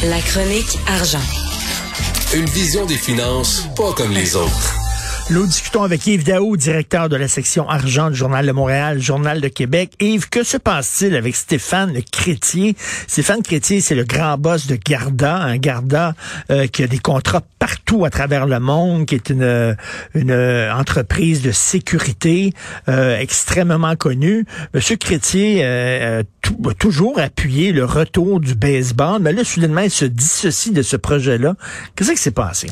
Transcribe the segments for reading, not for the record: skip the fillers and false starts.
La chronique argent. Une vision des finances pas comme les autres. Nous discutons avec Yves Daou, directeur de la section argent du Journal de Montréal, Journal de Québec. Yves, que se passe-t-il avec Stéphane Crétier? Stéphane Crétier, c'est le grand boss de Garda, un Garda qui a des contrats partout à travers le monde, qui est une entreprise de sécurité extrêmement connue. Monsieur Crétier a toujours appuyé le retour du baseball, mais là, soudainement, il se dissocie de ce projet-là. Qu'est-ce qui s'est passé?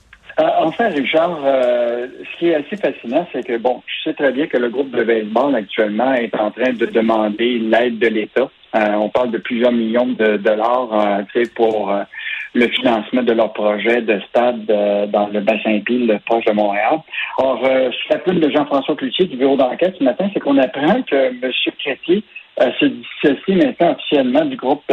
En fait, Richard, ce qui est assez fascinant, c'est que, je sais très bien que le groupe de baseball actuellement est en train de demander l'aide de l'État. On parle de plusieurs millions de dollars pour le financement de leur projet de stade dans le Bassin-Pile, proche de Montréal. Or, sous la plume de Jean-François Cloutier du bureau d'enquête ce matin, c'est qu'on apprend que M. Crétier se dissocie maintenant officiellement du groupe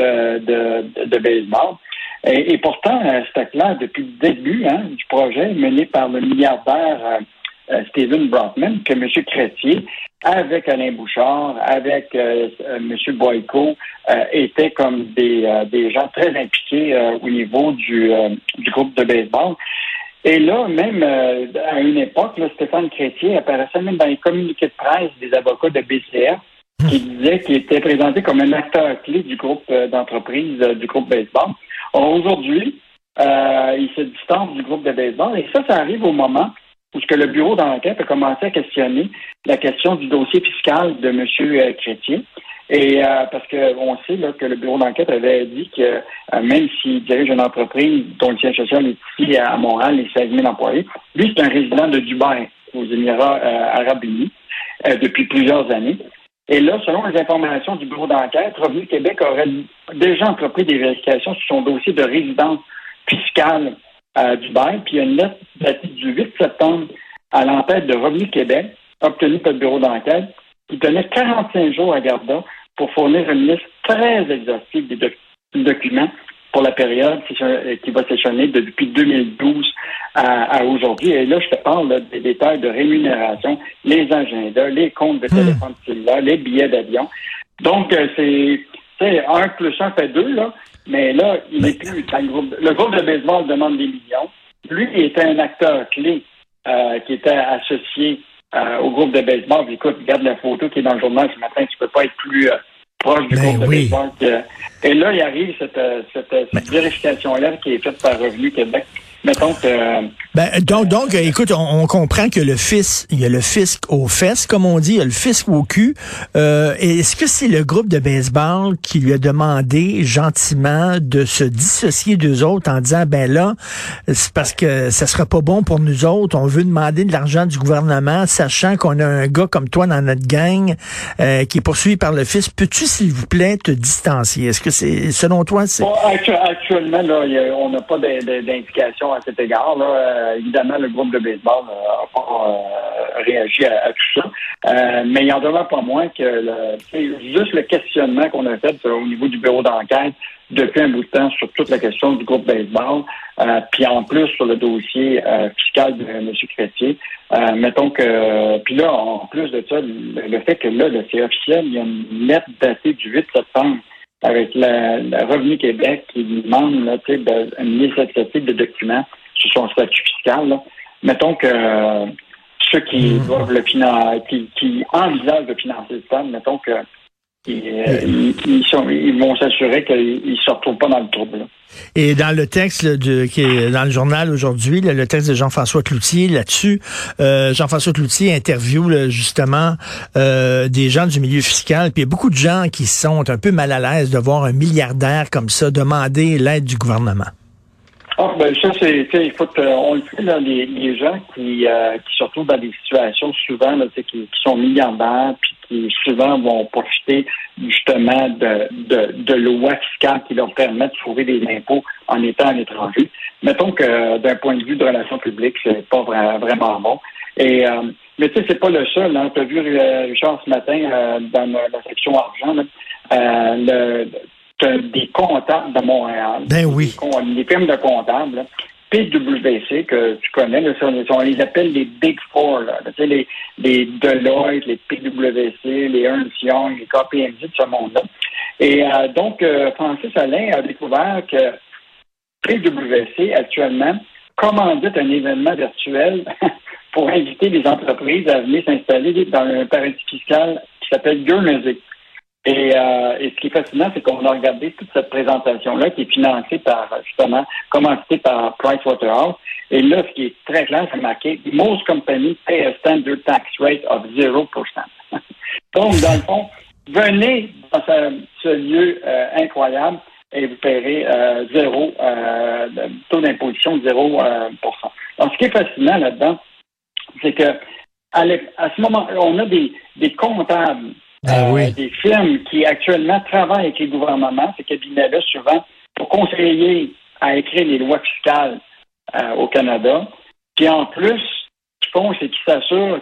de baseball. Et pourtant, c'était clair depuis le début du projet mené par le milliardaire Stephen Brockman que M. Crétier, avec Alain Bouchard, avec M. Boyko, étaient comme des gens très impliqués au niveau du groupe de baseball. Et là, même à une époque, là, Stéphane Crétier apparaissait même dans les communiqués de presse des avocats de BCF qui disaient qu'il était présenté comme un acteur clé du groupe d'entreprise du groupe baseball. Or, aujourd'hui, il se distance du groupe de baseball et ça arrive au moment où le bureau d'enquête a commencé à questionner la question du dossier fiscal de M. Crétier. Et parce qu'on sait là, que le bureau d'enquête avait dit que même s'il dirige une entreprise dont le siège social est ici à Montréal, les 16 000 employés, lui, c'est un résident de Dubaï, aux Émirats arabes unis, depuis plusieurs années. Et là, selon les informations du bureau d'enquête, Revenu Québec aurait déjà entrepris des vérifications sur son dossier de résidence fiscale à Dubaï. Puis il y a une lettre datée du 8 septembre à l'entête de Revenu Québec, obtenue par le bureau d'enquête, qui tenait 45 jours à Garda pour fournir une liste très exhaustive des documents pour la période qui va s'échelonner depuis 2012 à aujourd'hui. Et là, je te parle là, des détails de rémunération, les agendas, les comptes de téléphone cellulaire, les billets d'avion. Donc, c'est 1 plus 1 fait 2, là, mais là, il n'est plus dans le groupe. Le groupe de baseball demande des millions. Lui, il était un acteur clé qui était associé au groupe de baseball. Puis, écoute, regarde la photo qui est dans le journal ce matin, tu peux pas être plus proche du groupe de baseball. Et là, il arrive cette vérification-là qui est faite par Revenu Québec. Mettons que... Donc, écoute, on comprend que il y a le fisc aux fesses, comme on dit, il y a le fisc au cul. Est-ce que c'est le groupe de baseball qui lui a demandé gentiment de se dissocier d'eux autres en disant, là, c'est parce que ça sera pas bon pour nous autres, on veut demander de l'argent du gouvernement, sachant qu'on a un gars comme toi dans notre gang qui est poursuivi par le fisc. Peux-tu, s'il vous plaît, te distancier? Est-ce que c'est, selon toi, c'est... Actuellement, là, on n'a pas d'indication à cet égard. Là. Évidemment, le groupe de baseball n'a pas réagi à tout ça. Mais il en demeure pas moins que juste le questionnement qu'on a fait au niveau du bureau d'enquête depuis un bout de temps sur toute la question du groupe baseball, puis en plus sur le dossier fiscal de M. Crétier. Mettons que... Puis là, en plus de ça, le fait que là, c'est officiel, il y a une lettre datée du 8 septembre avec le Revenu Québec qui demande une liste exhaustive de documents sur son statut fiscal. Là. Mettons que ceux qui doivent qui envisagent de financer le stade, mettons que ils vont s'assurer qu'ils ne se retrouvent pas dans le trouble. Là. Et dans le texte qui est dans le journal aujourd'hui, le texte de Jean-François Cloutier là-dessus, Jean-François Cloutier interviewe justement des gens du milieu fiscal, puis il y a beaucoup de gens qui sont un peu mal à l'aise de voir un milliardaire comme ça demander l'aide du gouvernement. Ça, on le sait, là, les gens qui se retrouvent dans des situations souvent là, qui sont milliardaires puis qui souvent vont profiter justement de lois fiscales qui leur permettent de trouver des impôts en étant à l'étranger. Mettons que d'un point de vue de relations publiques, c'est pas vraiment bon. Mais tu sais, c'est pas le seul. Hein. Tu as vu, Richard, ce matin, dans la section argent, là, des comptables de Montréal. Oui. Les firmes de comptables, là, PwC, que tu connais, là, on les appelle les Big Four, là, tu sais, les Deloitte, les PwC, les Ernst Young, les KPMG de ce monde-là. Et donc, Francis Alain a découvert que PwC, actuellement, commandite un événement virtuel pour inviter les entreprises à venir s'installer dans un paradis fiscal qui s'appelle Guernsey. Et ce qui est fascinant, c'est qu'on a regardé toute cette présentation-là qui est financée par, justement, commanditée par Pricewaterhouse. Et là, ce qui est très clair, c'est marqué « Most companies pay a standard tax rate of 0%. » Donc, dans le fond, venez dans ce lieu incroyable et vous paierez taux d'imposition de 0%. Donc, ce qui est fascinant là-dedans, c'est que à ce moment, on a des comptables, des firmes qui actuellement travaillent avec les gouvernements, ces cabinets-là, souvent, pour conseiller à écrire les lois fiscales au Canada. Puis en plus, ce qu'ils font, c'est qu'ils s'assurent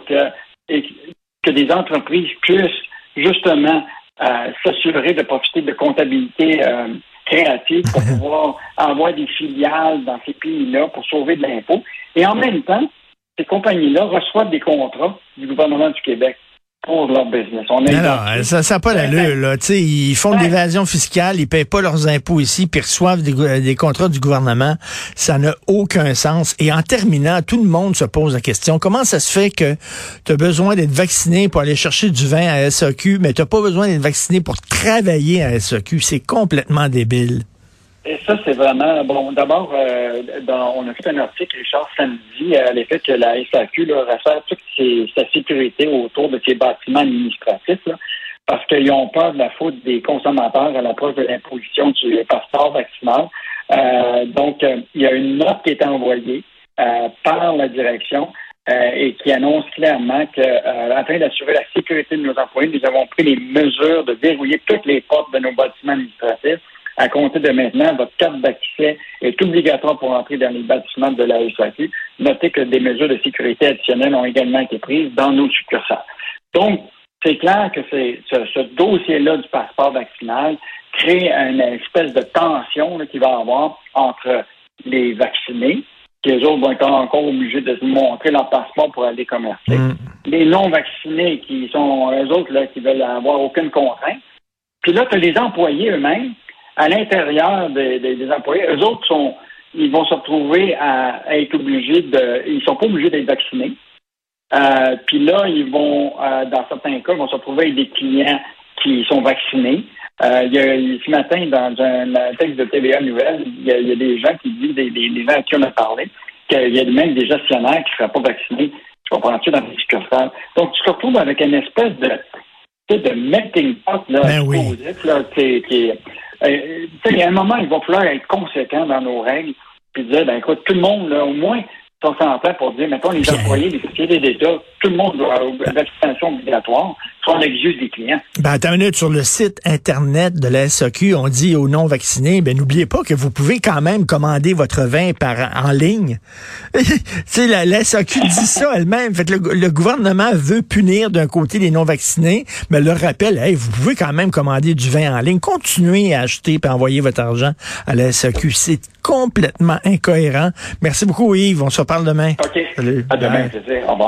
que des entreprises puissent justement s'assurer de profiter de comptabilité créative pour pouvoir avoir des filiales dans ces pays-là pour sauver de l'impôt. Et en même temps, ces compagnies-là reçoivent des contrats du gouvernement du Québec pour leur business. Non, ça n'a pas l'allure, là. Tu sais, ils font de l'évasion fiscale, ils payent pas leurs impôts ici, puis reçoivent des contrats du gouvernement. Ça n'a aucun sens. Et en terminant, tout le monde se pose la question, comment ça se fait que tu as besoin d'être vacciné pour aller chercher du vin à SAQ, mais tu n'as pas besoin d'être vacciné pour travailler à SAQ? C'est complètement débile. Et ça, c'est vraiment... Bon, d'abord, on a fait un article, Richard, samedi, à l'effet que la SAQ resserre toute sa sécurité autour de ses bâtiments administratifs, là, parce qu'ils ont peur de la faute des consommateurs à l'approche de l'imposition du passeport vaccinal. Donc, il y a une note qui est envoyée par la direction et qui annonce clairement qu'afin d'assurer la sécurité de nos employés, nous avons pris les mesures de verrouiller toutes les portes de nos bâtiments administratifs. À compter de maintenant, votre carte d'accès est obligatoire pour entrer dans les bâtiments de la SAQ. Notez que des mesures de sécurité additionnelles ont également été prises dans nos succursales. Donc, c'est clair que ce dossier-là du passeport vaccinal crée une espèce de tension qu'il va y avoir entre les vaccinés, qui eux autres vont être encore obligés de montrer leur passeport pour aller commercer. Les non-vaccinés, qui sont eux autres là, qui veulent avoir aucune contrainte. Puis là, tu as les employés eux-mêmes. À l'intérieur des employés, eux autres ils vont se retrouver à être obligés ils sont pas obligés d'être vaccinés. Puis là, ils vont, dans certains cas, ils vont se retrouver avec des clients qui sont vaccinés. Ce matin, dans un texte de TVA Nouvelle, il y a des gens qui disent, des gens à qui on a parlé, qu'il y a même des gestionnaires qui ne seraient pas vaccinés. Tu vas prendre ça dans les succursales. Donc, tu te retrouves avec une espèce de melting pot là, explosif, là, il y a un moment, il va falloir être conséquent dans nos règles puis dire, écoute, tout le monde, là, au moins, on s'entend pour dire, mettons, les employés, les sociétés d'État, tout le monde doit avoir une vaccination obligatoire, soit on exige des clients. Attends une minute, sur le site Internet de la SAQ, on dit aux non-vaccinés, n'oubliez pas que vous pouvez quand même commander votre vin en ligne. Tu sais, la SAQ dit ça elle-même. Fait que le gouvernement veut punir d'un côté les non-vaccinés, mais leur rappelle, vous pouvez quand même commander du vin en ligne. Continuez à acheter et envoyer votre argent à la SAQ. C'est complètement incohérent. Merci beaucoup, Yves. On se reparle demain. OK. Salut. À demain, c'est ça. Au revoir.